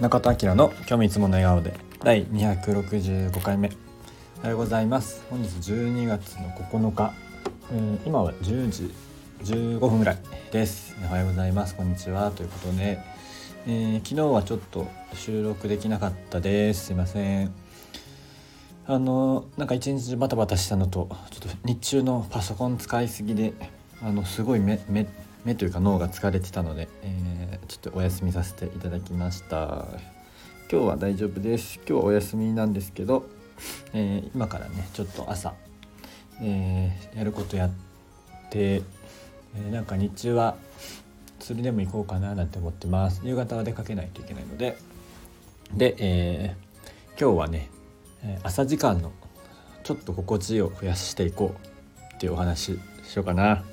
中田明の今日もいつもの笑顔で第265回目。おはようございます。本日12月の9日、今は10時15分ぐらいです。おはようございます、こんにちはということで、昨日はちょっと収録できなかったです。すいません。なんか一日バタバタしたのと、ちょっと日中のパソコン使いすぎですごい目というか脳が疲れてたので、ちょっとお休みさせていただきました。今日は大丈夫です。今日はお休みなんですけど、今からねちょっと朝、やることやって、なんか日中は釣りでも行こうかななんて思ってます。夕方は出かけないといけないので、今日はね朝時間のちょっと心地を増やしていこうっていうお話しようかな。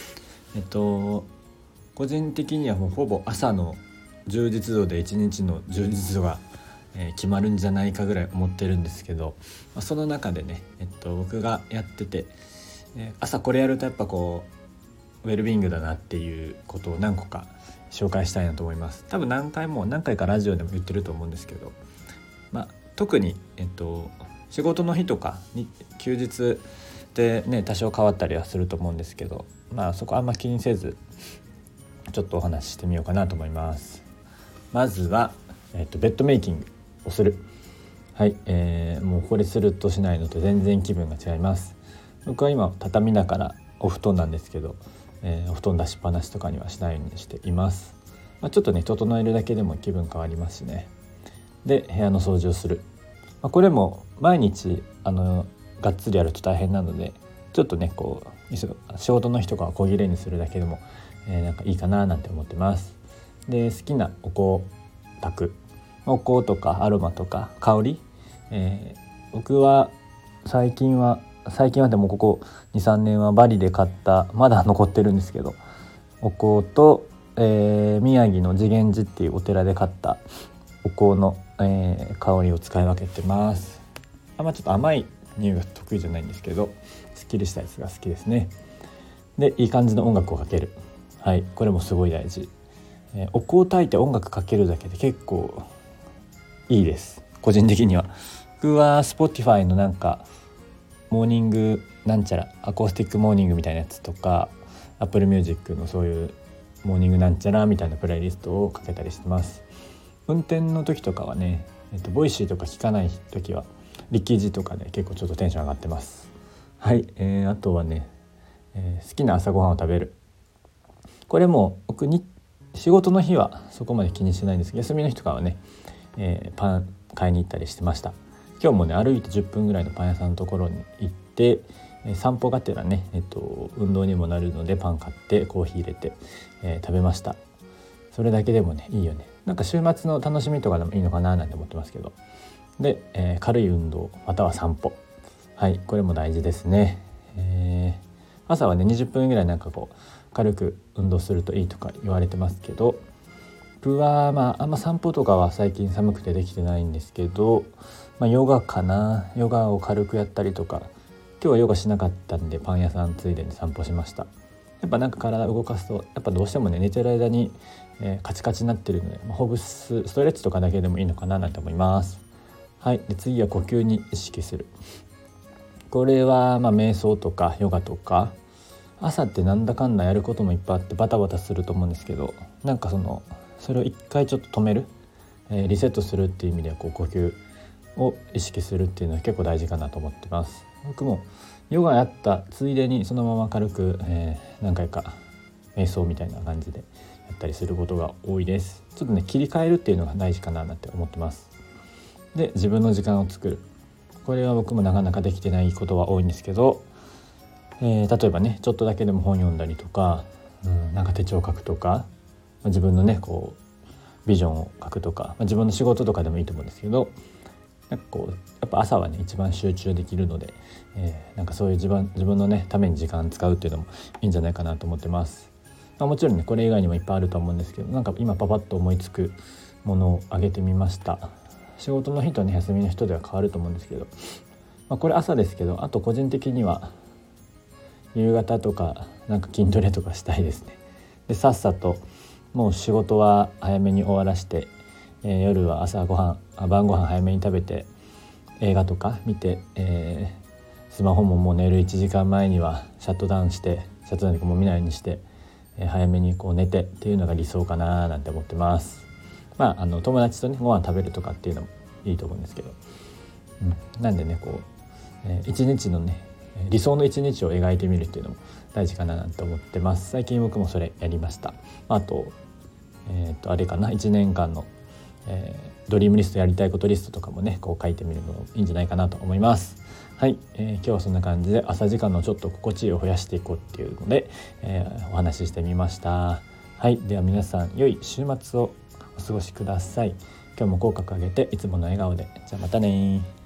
個人的にはもうほぼ朝の充実度で一日の充実度が、決まるんじゃないかぐらい思ってるんですけど、その中でね、僕がやってて、朝これやるとやっぱこうウェルビーイングだなっていうことを何個か紹介したいなと思います。多分何回かラジオでも言ってると思うんですけど、特に、仕事の日とかに休日でね多少変わったりはすると思うんですけど、そこあんま気にせずちょっとお話ししてみようかなと思います。まずは、ベッドメイキングをする。はい、もうこれするとしないのと全然気分が違います。僕は今畳だからお布団なんですけど、お布団出しっぱなしとかにはしないようにしています。ちょっとね整えるだけでも気分変わりますしね。で部屋の掃除をする。これも毎日がっつりやると大変なので、ちょっとねこう仕事の日とかは小切れにするだけでも、なんかいいかななんて思ってます。で好きなお香炊く、お香とかアロマとか香り、僕は最近はでもここ 2,3 年はバリで買ったまだ残ってるんですけどお香と、宮城の次元寺っていうお寺で買ったお香の、香りを使い分けてます。ちょっと甘い匂いが得意じゃないんですけどすっきりしたやつが好きですね。でいい感じの音楽をかける。はい、これもすごい大事。お香を焚いて音楽かけるだけで結構いいです。個人的には僕は Spotify のなんかモーニングなんちゃらアコースティックモーニングみたいなやつとか Apple Music のそういうモーニングなんちゃらみたいなプレイリストをかけたりしてます。運転の時とかはね、ボイシーとか聞かない時はリッキージとかで結構ちょっとテンション上がってます。はい、あとはね、好きな朝ごはんを食べる。これも僕に仕事の日はそこまで気にしてないんですけど、休みの日とかはね、パン買いに行ったりしてました。今日もね歩いて10分ぐらいのパン屋さんのところに行って、散歩がてらね、運動にもなるのでパン買ってコーヒー入れて、食べました。それだけでもねいいよね。なんか週末の楽しみとかでもいいのかななんて思ってますけど。で、軽い運動または散歩。はい、これも大事ですね。朝はね20分ぐらいなんかこう軽く運動するといいとか言われてますけど、僕はあんま散歩とかは最近寒くてできてないんですけど、ヨガかな。ヨガを軽くやったりとか、今日はヨガしなかったんでパン屋さんついでに散歩しました。やっぱなんか体動かすとやっぱどうしてもね寝てる間に、カチカチになってるので、ほぐすストレッチとかだけでもいいのかななんて思います。はい、で次は呼吸に意識する。これは瞑想とかヨガとか朝ってなんだかんだやることもいっぱいあってバタバタすると思うんですけど、なんかそれを一回ちょっと止める、リセットするっていう意味では呼吸を意識するっていうのは結構大事かなと思ってます。僕もヨガやったついでにそのまま軽く、何回か瞑想みたいな感じでやったりすることが多いです。ちょっとね切り替えるっていうのが大事かななんて思ってます。で自分の時間を作る。これは僕もなかなかできてないことは多いんですけど、例えばねちょっとだけでも本読んだりとか、なんか手帳を書くとか、自分のねこうビジョンを書くとか、自分の仕事とかでもいいと思うんですけど、なんかこうやっぱ朝はね一番集中できるので、なんかそういう自分のねために時間使うっていうのもいいんじゃないかなと思ってます。もちろんねこれ以外にもいっぱいあると思うんですけど、なんか今パパッと思いつくものを挙げてみました。仕事の日とね休みの人では変わると思うんですけど、これ朝ですけど、あと個人的には夕方とかなんか筋トレとかしたいですね。でさっさともう仕事は早めに終わらして、 夜は晩ご飯早めに食べて映画とか見て、スマホももう寝る1時間前にはシャットダウンしてシャットダウンでもう見ないようにして、早めにこう寝てっていうのが理想かななんて思ってます。友達とねご飯食べるとかっていうのもいいと思うんですけど、なんでね一日のね理想の一日を描いてみるっていうのも大事かななんて思ってます。最近僕もそれやりました。あとあれかな、1年間の、ドリームリスト、やりたいことリストとかもね書いてみるのもいいんじゃないかなと思います。はい、今日はそんな感じで朝時間のちょっと心地いいを増やしていこうっていうので、お話ししてみました。はい、では皆さん良い週末をお過ごしください。今日も口角上げていつもの笑顔で。じゃあまたね。